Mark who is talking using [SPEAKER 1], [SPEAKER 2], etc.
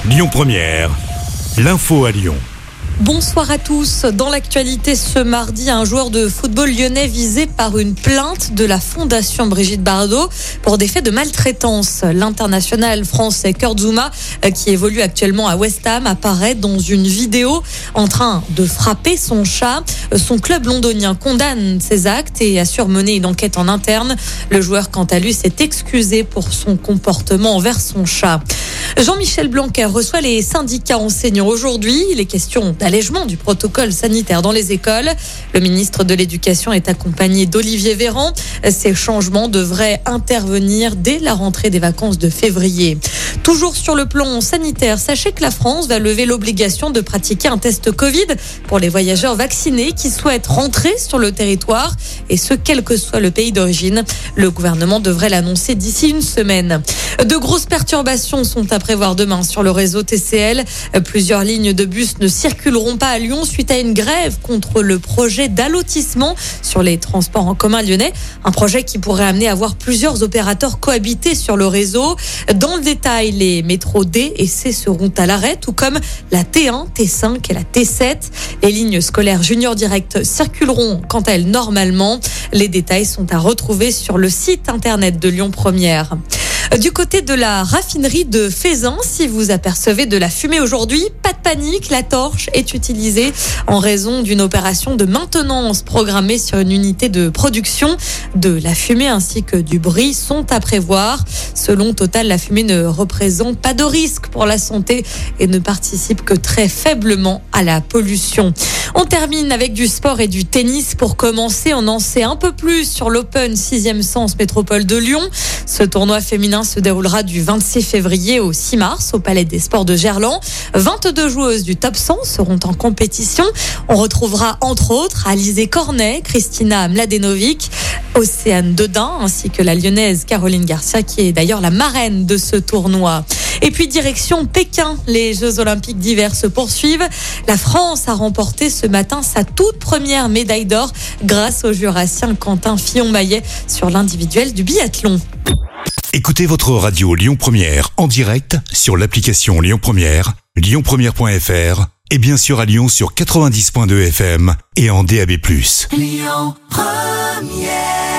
[SPEAKER 1] Lyon Première, l'info à Lyon.
[SPEAKER 2] Bonsoir à tous. Dans l'actualité ce mardi, un joueur de football lyonnais visé par une plainte de la Fondation Brigitte Bardot pour des faits de maltraitance. L'international français Kurt Zouma, qui évolue actuellement à West Ham, apparaît dans une vidéo en train de frapper son chat. Son club londonien condamne ces actes et assure mener une enquête en interne. Le joueur, quant à lui, s'est excusé pour son comportement envers son chat. Jean-Michel Blanquer reçoit les syndicats enseignants aujourd'hui. Il est question d'allègement du protocole sanitaire dans les écoles. Le ministre de l'Éducation est accompagné d'Olivier Véran. Ces changements devraient intervenir dès la rentrée des vacances de février. Toujours sur le plan sanitaire, sachez que la France va lever l'obligation de pratiquer un test Covid pour les voyageurs vaccinés qui souhaitent rentrer sur le territoire, et ce, quel que soit le pays d'origine. Le gouvernement devrait l'annoncer d'ici une semaine. De grosses perturbations sont à prévoir demain sur le réseau TCL. Plusieurs lignes de bus ne circuleront pas à Lyon suite à une grève contre le projet d'allotissement sur les transports en commun lyonnais. Un projet qui pourrait amener à voir plusieurs opérateurs cohabiter sur le réseau. Dans le détail, les métros D et C seront à l'arrêt, tout comme la T1, T5 et la T7. Les lignes scolaires Junior Direct circuleront quant à elles normalement. Les détails sont à retrouver sur le site internet de Lyon Première. Du côté de la raffinerie de Feyzin, si vous apercevez de la fumée aujourd'hui, pas de panique, la torche est utilisée en raison d'une opération de maintenance programmée sur une unité de production. De la fumée ainsi que du bruit sont à prévoir. Selon Total, la fumée ne représente pas de risque pour la santé et ne participe que très faiblement à la pollution. On termine avec du sport et du tennis. Pour commencer, on en sait un peu plus sur l'Open 6e Sens Métropole de Lyon. Ce tournoi féminin se déroulera du 26 février au 6 mars au Palais des Sports de Gerland. 22 joueuses du top 100 seront en compétition. On retrouvera entre autres Alizé Cornet, Kristina Mladenovic, Océane Dedin ainsi que la lyonnaise Caroline Garcia qui est d'ailleurs la marraine de ce tournoi. Et puis direction Pékin, les Jeux Olympiques d'hiver se poursuivent. La France a remporté ce matin sa toute première médaille d'or grâce au Jurassien Quentin Fillon-Maillet sur l'individuel du biathlon.
[SPEAKER 1] Écoutez votre radio Lyon Première en direct sur l'application Lyon Première, lyonpremière.fr et bien sûr à Lyon sur 90.2 FM et en DAB+.
[SPEAKER 3] Lyon Première.